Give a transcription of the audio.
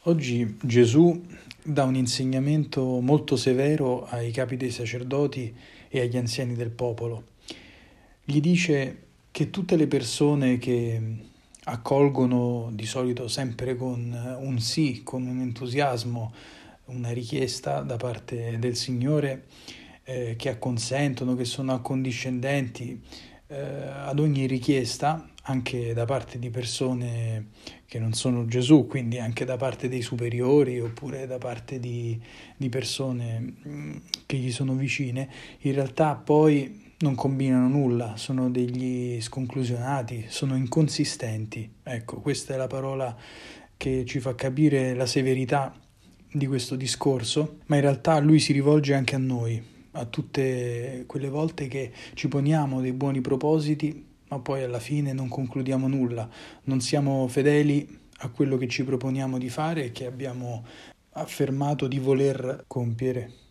Oggi Gesù dà un insegnamento molto severo ai capi dei sacerdoti e agli anziani del popolo. Gli dice che tutte le persone che accolgono di solito sempre con un sì, con un entusiasmo, una richiesta da parte del Signore, che acconsentono, che sono accondiscendenti ad ogni richiesta, anche da parte di persone che non sono Gesù, quindi anche da parte dei superiori oppure da parte di persone che gli sono vicine, in realtà poi non combinano nulla, sono degli sconclusionati, sono inconsistenti. Ecco, questa è la parola che ci fa capire la severità di questo discorso, ma in realtà lui si rivolge anche a noi, a tutte quelle volte che ci poniamo dei buoni propositi, ma poi alla fine non concludiamo nulla, non siamo fedeli a quello che ci proponiamo di fare e che abbiamo affermato di voler compiere.